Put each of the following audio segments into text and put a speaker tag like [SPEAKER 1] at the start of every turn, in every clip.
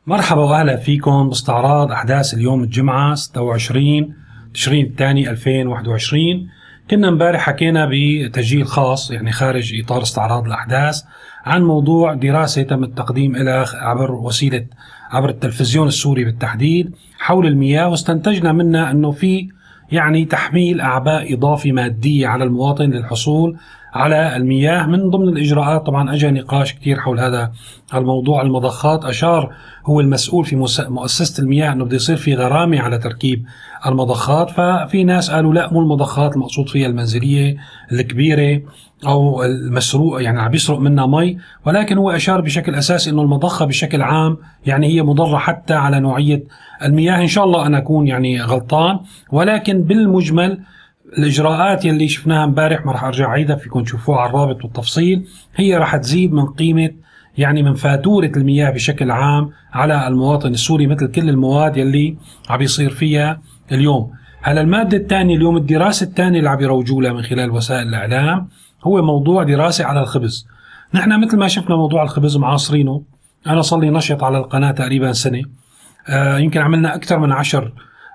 [SPEAKER 1] مرحبا وأهلا فيكم باستعراض أحداث اليوم الجمعة 26 تشرين الثاني 2021. كنا امبارح حكينا بتسجيل خاص يعني خارج إطار استعراض الأحداث عن موضوع دراسة تم التقديم إلى عبر التلفزيون السوري بالتحديد حول المياه، واستنتجنا منها أنه في يعني تحميل أعباء إضافي مادية على المواطن للحصول على المياه. من ضمن الإجراءات طبعا أجى نقاش كتير حول هذا الموضوع المضخات. أشار هو المسؤول في مؤسسة المياه أنه بده يصير في غرامة على تركيب المضخات، ففي ناس قالوا لا، مو المضخات المقصود فيها المنزلية الكبيرة أو المسروق يعني عم بيسرق منها مي، ولكن هو أشار بشكل أساسي أنه المضخة بشكل عام يعني هي مضرة حتى على نوعية المياه. إن شاء الله أنا أكون يعني غلطان، ولكن بالمجمل الإجراءات يلي شفناها امبارح ما راح أرجع عيدها، فيكم تشوفوها على الرابط والتفصيل. هي راح تزيد من قيمة يعني من فاتورة المياه بشكل عام على المواطن السوري، مثل كل المواد يلي عم يصير فيها اليوم. هلا المادة الثانية اليوم، الدراسة الثانية اللي عم يروجوا لها من خلال وسائل الإعلام هو موضوع دراسة على الخبز. نحن مثل ما شفنا موضوع الخبز معاصرينه، أنا صار لي نشط على القناة تقريبا سنة، يمكن عملنا أكثر من 10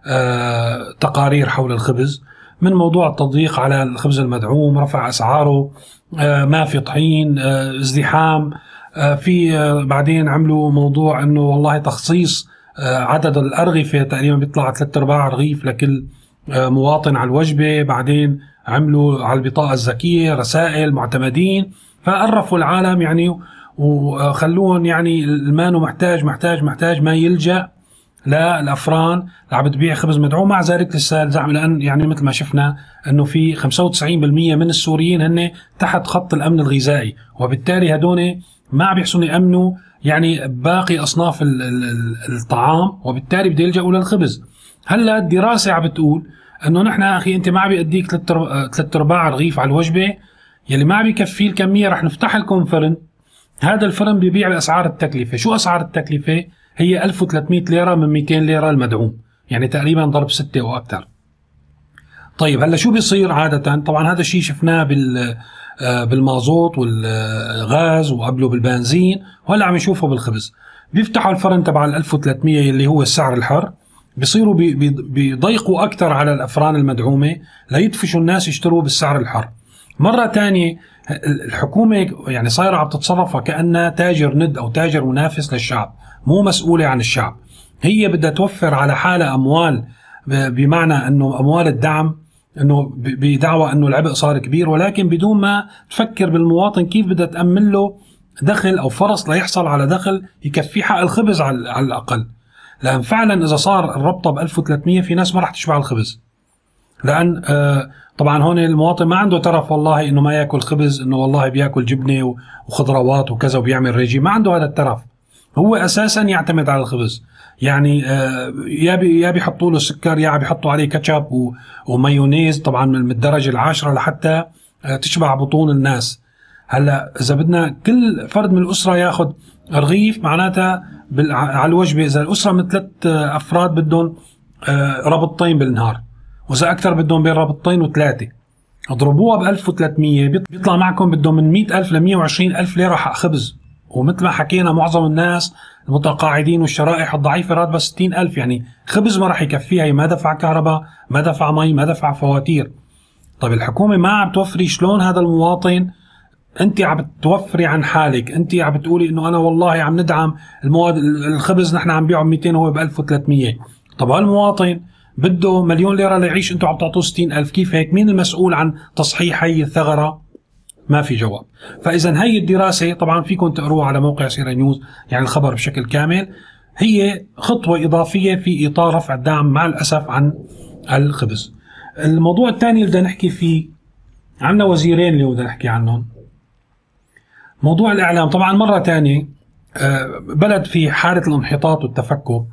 [SPEAKER 1] تقارير حول الخبز، من موضوع التضييق على الخبز المدعوم، رفع أسعاره، ما في طحين، ازدحام، في بعدين عملوا موضوع أنه والله تخصيص عدد الأرغفة، تقريبا بيطلع 3/4 رغيف لكل مواطن على الوجبة. بعدين عملوا على البطاقة الذكية رسائل معتمدين، فقرفوا العالم يعني وخلوهم يعني المانو محتاج ما يلجأ للأفران اللي عم بتبيع خبز مدعوم. مع ذلك لسه الزعم، لأن يعني مثل ما شفنا أنه في 95% من السوريين هن تحت خط الأمن الغذائي، وبالتالي هدول ما عم بيحسنوا يأمنوا يعني باقي أصناف الطعام، وبالتالي بده يلجأوا للخبز. هلا الدراسة عم بتقول أنه نحن أخي أنت ما عم بيأديك 3/4 رغيف على الوجبة، يلي ما عم بيكفي الكمية رح نفتح لكم فرن. هذا الفرن بيبيع بأسعار التكلفة. شو أسعار التكلفة؟ هي 1300 ليرة من 200 ليرة المدعوم، يعني تقريبا ضرب 6 وأكثر. طيب هلا شو بيصير عادة؟ طبعا هذا الشيء شفناه بالمازوت والغاز وقبله بالبنزين، وهلا عم نشوفه بالخبز. بيفتحوا الفرن تبع 1300 اللي هو السعر الحر، بيصيروا بيضيقوا أكثر على الأفران المدعومة ليدفشوا الناس يشتروا بالسعر الحر. مرة تانية الحكومة يعني صايرة عم تتصرف كأنها تاجر ند أو تاجر منافس للشعب، مو مسؤولة عن الشعب. هي بدها توفر على حالة أموال، بمعنى أنه أموال الدعم، أنه بدعوى أنه العبء صار كبير، ولكن بدون ما تفكر بالمواطن كيف بدها تأمن له دخل أو فرص ليحصل على دخل يكفي حق الخبز على الأقل. لأن فعلا إذا صار الربطة ب1300 في ناس ما رح تشبع الخبز، لأن طبعا هون المواطن ما عنده ترف والله إنه ما يأكل خبز، إنه والله بيأكل جبنة وخضروات وكذا وبيعمل ريجيم، ما عنده هذا الترف. هو أساسا يعتمد على الخبز، يعني يا بيحطوا له سكر، يا بيحطوا عليه كاتشب ومايونيز طبعا من الدرجة 10 لحتى تشبع بطون الناس. هلا إذا بدنا كل فرد من الأسرة ياخد رغيف، معناتها على الوجبة إذا الأسرة من 3 أفراد بدهم ربطتين بالنهار، وإذا أكثر بدهم بين ربطتين و3، اضربوها ب 1300 بيطلع معكم بدهم من 100,000 ل 120,000 ليرة حق خبز. ومثل ما حكينا معظم الناس المتقاعدين والشرائح الضعيفة راتبها 60,000، يعني خبز ما رح يكفيها، ما دفع كهرباء، ما دفع مي، ما دفع فواتير. طيب الحكومة ما عم توفري، شلون هذا المواطن؟ انت عم توفري عن حالك، انت عم بتقولي انه انا والله عم ندعم المواد، الخبز نحن عم بيعه ب 200 هو ب 1300. طب هالمواطن بده مليون ليرة ليعيش، انتوا عم تعطوه 60,000، كيف هيك؟ مين المسؤول عن تصحيح هي الثغرة؟ ما في جواب. فإذا هي الدراسة طبعا فيكم تقروها على موقع سيرة نيوز، يعني الخبر بشكل كامل، هي خطوة إضافية في إطار رفع الدعم مع الأسف عن الخبز. الموضوع الثاني اللي بدنا نحكي فيه، عنا وزيرين اللي بدنا نحكي عنهم. موضوع الإعلام طبعا مرة تانية، بلد في حالة الانحطاط والتفكك،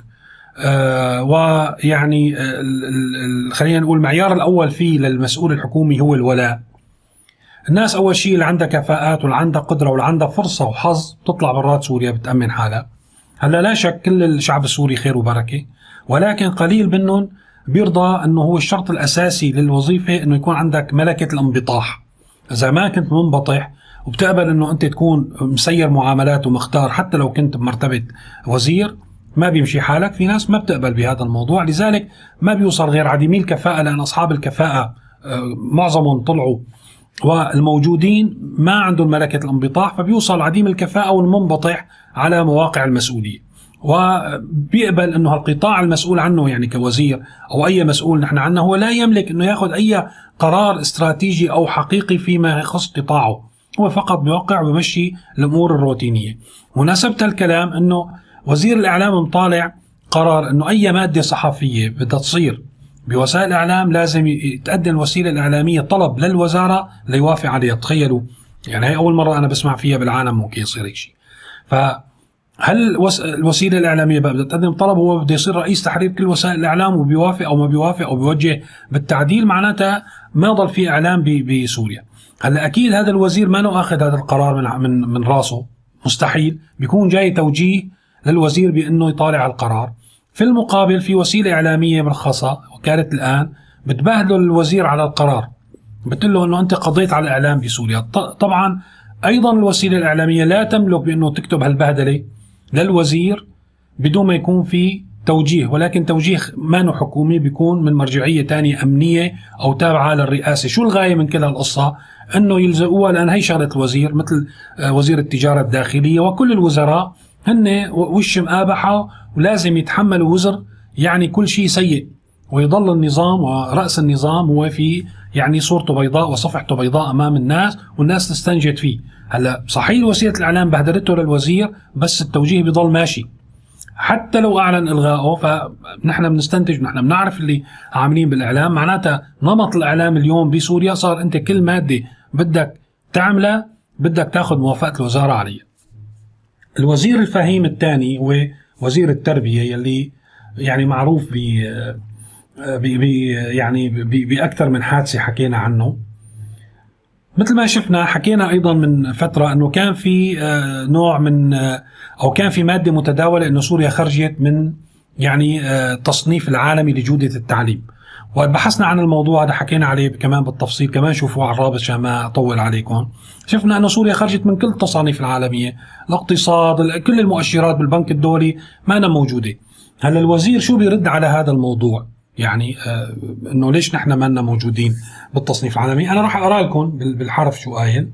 [SPEAKER 1] ويعني خلينا نقول المعيار الأول فيه للمسؤول الحكومي هو الولاء. الناس أول شيء اللي عندها كفاءات واللي عندها قدرة واللي عندها فرصة وحظ تطلع برات سوريا بتأمن حالها. هلا لا شك كل الشعب السوري خير وبركة، ولكن قليل منهم بيرضى أنه هو الشرط الأساسي للوظيفة أنه يكون عندك ملكة الانبطاح. إذا ما كنت منبطح وبتقبل أنه أنت تكون مسير معاملات ومختار، حتى لو كنت بمرتبة وزير، ما بيمشي حالك. في ناس ما بتقبل بهذا الموضوع، لذلك ما بيوصل غير عديمي الكفاءة، لأن أصحاب الكفاءة معظمهم طلعوا والموجودين ما عندهم ملكة الانبطاح، فبيوصل عديم الكفاءة والمنبطح على مواقع المسؤولية، وبيقبل أنه القطاع المسؤول عنه يعني كوزير أو أي مسؤول نحن عنه هو لا يملك أنه يأخذ أي قرار استراتيجي أو حقيقي فيما يخص قطاعه، هو فقط بيوقع وبيمشي الأمور الروتينية. مناسبة الكلام أنه وزير الإعلام مطالع قرار أنه أي مادة صحفية بدها تصير بوسائل الإعلام لازم يتقدم الوسيلة الإعلامية طلب للوزارة ليوافق عليها. تخيلوا، يعني هي أول مرة أنا بسمع فيها بالعالم ممكن يصير هيك شيء. فهل الوسيلة الإعلامية بقى بدها تقدم طلب، هو بده يصير رئيس تحرير كل وسائل الإعلام وبيوافق أو ما بيوافق أو بيوجه بالتعديل؟ معناتها ما ضل في إعلام بسوريا. هلا أكيد هذا الوزير ما أخذ هذا القرار من راسه، مستحيل. بيكون جاي توجيه للوزير بأنه يطالع على القرار. في المقابل في وسيلة إعلامية مرخصة وكالة الآن بتبهدل الوزير على القرار، بتقول له أنه أنت قضيت على الإعلام بسوريا. طبعا أيضا الوسيلة الإعلامية لا تملك بأنه تكتب هالبهدلة للوزير بدون ما يكون في توجيه، ولكن توجيه ما حكومي، بيكون من مرجعية تانية أمنية أو تابعة للرئاسة. شو الغاية من كل هالقصة؟ أنه يلزقوها، لأن هي شغلة الوزير، مثل وزير التجارة الداخلية وكل الوزراء هن وش مقابحة ولازم يتحملوا وزر يعني كل شيء سيء، ويضل النظام ورأس النظام هو في يعني صورته بيضاء وصفحته بيضاء أمام الناس والناس تستنجد فيه. هلا صحيح وسيلة الإعلام بهدلته للوزير، بس التوجيه بيضل ماشي حتى لو أعلن إلغائه. فنحن بنستنتج، نحن بنعرف اللي عاملين بالإعلام، معناتها نمط الإعلام اليوم بسوريا صار أنت كل مادة بدك تعملها بدك تاخذ موافقة الوزارة عليها. الوزير الفهيم الثاني هو وزير التربية، يلي يعني معروف يعني بأكثر من حادثة حكينا عنه. مثل ما شفنا حكينا أيضا من فترة أنه كان في نوع من أو كان في مادة متداولة أنه سوريا خرجت من يعني تصنيف العالمي لجودة التعليم، وبحثنا عن الموضوع هذا، حكينا عليه كمان بالتفصيل، كمان شوفوا على الرابط عشان ما أطول عليكم. شفنا أن سوريا خرجت من كل التصانيف العالمية، الاقتصاد، كل المؤشرات بالبنك الدولي ما أنا موجودة. هلا الوزير شو بيرد على هذا الموضوع؟ يعني أنه ليش نحن ما لنا موجودين بالتصنيف العالمي؟ أنا راح أقرأ لكم بالحرف شو قايل.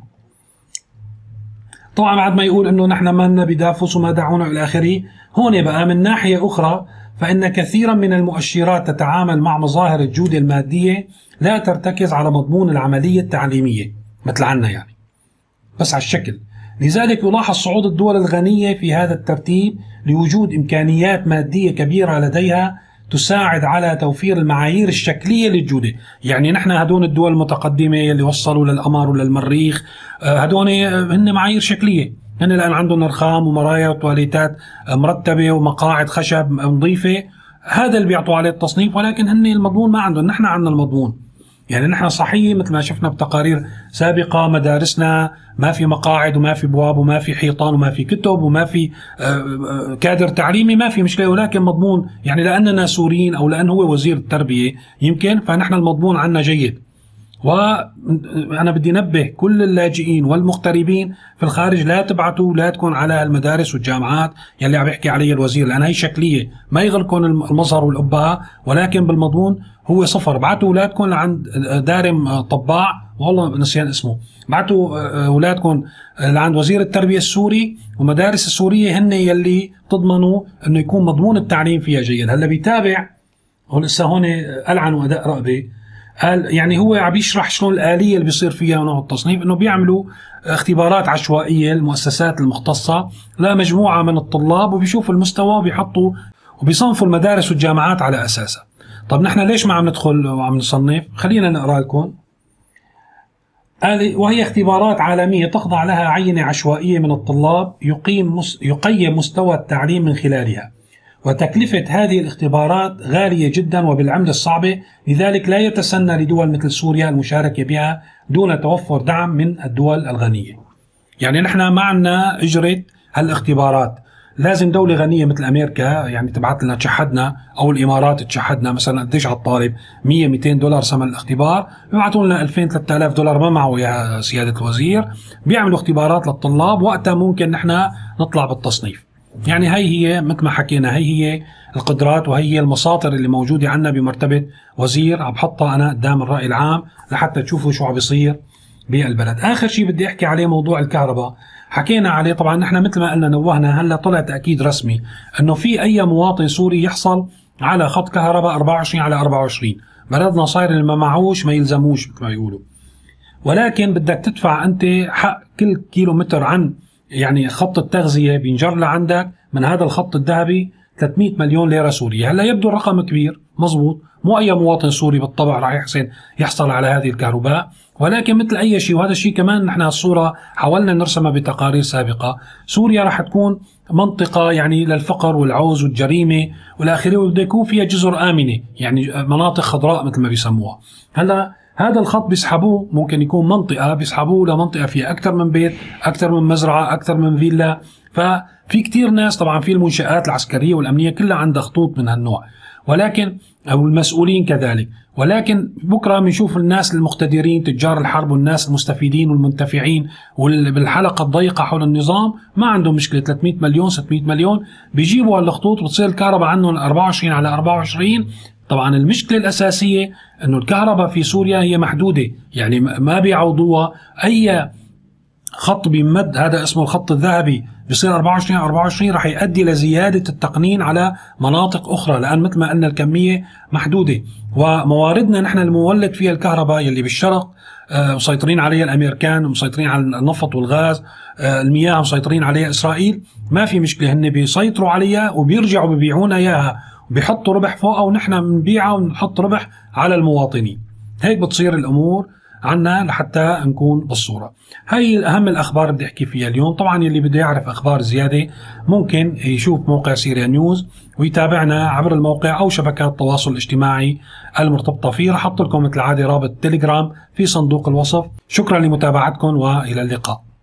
[SPEAKER 1] طبعا بعد ما يقول أنه نحن ما لنا بدافوس وما دعونا إلى آخره، هون بقى من ناحية أخرى فإن كثيرا من المؤشرات تتعامل مع مظاهر الجودة المادية لا ترتكز على مضمون العملية التعليمية مثل عنا يعني، بس على الشكل. لذلك يلاحظ صعود الدول الغنية في هذا الترتيب لوجود إمكانيات مادية كبيرة لديها تساعد على توفير المعايير الشكلية للجودة. يعني نحن هدول الدول المتقدمة اللي وصلوا للقمر وللمريخ، هدول هن معايير شكلية، هن الآن عندهم رخام ومرايا وتواليتات مرتبة ومقاعد خشب نظيفة، هذا اللي بيعطوا عليه التصنيف، ولكن هن المضمون ما عندهم. نحن عندنا المضمون. يعني نحن صحيح مثل ما شفنا بتقارير سابقة مدارسنا ما في مقاعد وما في بواب وما في حيطان وما في كتب وما في كادر تعليمي، ما في مشكلة، ولكن مضمون يعني لأننا سوريين أو لأن هو وزير التربية يمكن، فنحن المضمون عنا جيد. وأنا بدي نبه كل اللاجئين والمغتربين في الخارج لا تبعتوا لا تكون على المدارس والجامعات يلي عم يحكي عليه الوزير، لأن هي شكلية ما يغلقون المظهر والأبهة، ولكن بالمضمون هو صفر. بعتوا أولادكم لعند دارم طباع، والله نسيان اسمه، بعتوا أولادكم لعند وزير التربية السوري، ومدارس السورية هن يلي تضمنوا أنه يكون مضمون التعليم فيها جيد. هلا بيتابع هون ألعن وأداء رقبة، قال يعني هو عم يشرح شلون الآلية اللي بيصير فيها نوع التصنيف، انه بيعملوا اختبارات عشوائية المؤسسات المختصة لمجموعة من الطلاب، وبيشوفوا المستوى وبيحطوا وبيصنفوا المدارس والجامعات على أساسها. طب نحن ليش ما عم ندخل وعم نصنف؟ خلينا نقرأ لكم. وهي اختبارات عالمية تخضع لها عينة عشوائية من الطلاب يقيم مستوى التعليم من خلالها، وتكلفة هذه الاختبارات غالية جدا وبالعملة الصعبة، لذلك لا يتسنى لدول مثل سوريا المشاركة بها دون توفر دعم من الدول الغنية. يعني نحن ما عنا إجرة هالاختبارات، لازم دولة غنية مثل أمريكا يعني تبعت لنا تشحدنا، أو الإمارات تشحدنا مثلا قديش على الطالب 100-200 دولار ثمن الاختبار، بيبعتوا لنا 2000-3000 دولار ما معه يا سيادة الوزير، بيعملوا اختبارات للطلاب، وقتها ممكن نحن نطلع بالتصنيف. يعني هي مثل ما حكينا، هي القدرات وهي المصادر اللي موجودة عندنا بمرتبة وزير، عم بحطها أنا قدام الرأي العام لحتى تشوفوا شو عم بيصير بالبلد. آخر شيء بدي أحكي عليه موضوع الكهرباء. حكينا عليه طبعا، نحن مثل ما قلنا نوهنا، هلا طلع تأكيد رسمي أنه في أي مواطن سوري يحصل على خط كهرباء 24/24، بلدنا صاير اللي ما معوش ما يلزموش مثل ما يقولوا. ولكن بدك تدفع أنت حق كل كيلو متر عن يعني خط التغذية بينجر لعندك من هذا الخط الذهبي 300 مليون ليرة سورية. هلا يبدو الرقم كبير، مزبوط، مو أي مواطن سوري بالطبع راح يحصل على هذه الكهرباء، ولكن مثل أي شيء، وهذا الشيء كمان نحن الصورة حاولنا نرسمها بتقارير سابقة، سوريا راح تكون منطقة يعني للفقر والعوز والجريمة والآخرين، وبده يكون فيها جزر آمنة، يعني مناطق خضراء مثل ما بيسموها. هلا هذا الخط بيسحبوه، ممكن يكون منطقة بيسحبوه لمنطقة فيها أكثر من بيت، أكثر من مزرعة، أكثر من فيلا. ففي كتير ناس، طبعا في المنشآت العسكرية والأمنية كلها عندها خطوط من هالنوع، ولكن أو المسؤولين كذلك. ولكن بكرة بنشوف الناس المقتدرين، تجار الحرب والناس المستفيدين والمنتفعين بالحلقة الضيقة حول النظام، ما عندهم مشكلة 300 مليون 600 مليون بيجيبوا هالخطوط وبتصير الكهرباء عنهم 24/24. طبعا المشكلة الأساسية أنه الكهرباء في سوريا هي محدودة، يعني ما بيعوضوها. أي خط بيمد، هذا اسمه الخط الذهبي، بيصير 24/24 رح يؤدي لزيادة التقنين على مناطق أخرى، لأن مثل ما قلنا الكمية محدودة. ومواردنا نحن المولد فيها الكهرباء يلي بالشرق مسيطرين عليها الأمريكان، مسيطرين على النفط والغاز، المياه مسيطرين عليها إسرائيل، ما في مشكلة، هن بيسيطروا عليها وبيرجعوا بيبيعونا إياها وبيحطوا ربح فوقها، ونحن بنبيعها ونحط ربح على المواطنين. هيك بتصير الأمور عنا لحتى نكون بالصورة. هاي أهم الأخبار بدي أحكي فيها اليوم. طبعا اللي بده يعرف أخبار زيادة ممكن يشوف موقع سيريا نيوز ويتابعنا عبر الموقع أو شبكات التواصل الاجتماعي المرتبطة فيه. رح أحط لكم مثل العادة رابط تليجرام في صندوق الوصف. شكرا لمتابعتكم وإلى اللقاء.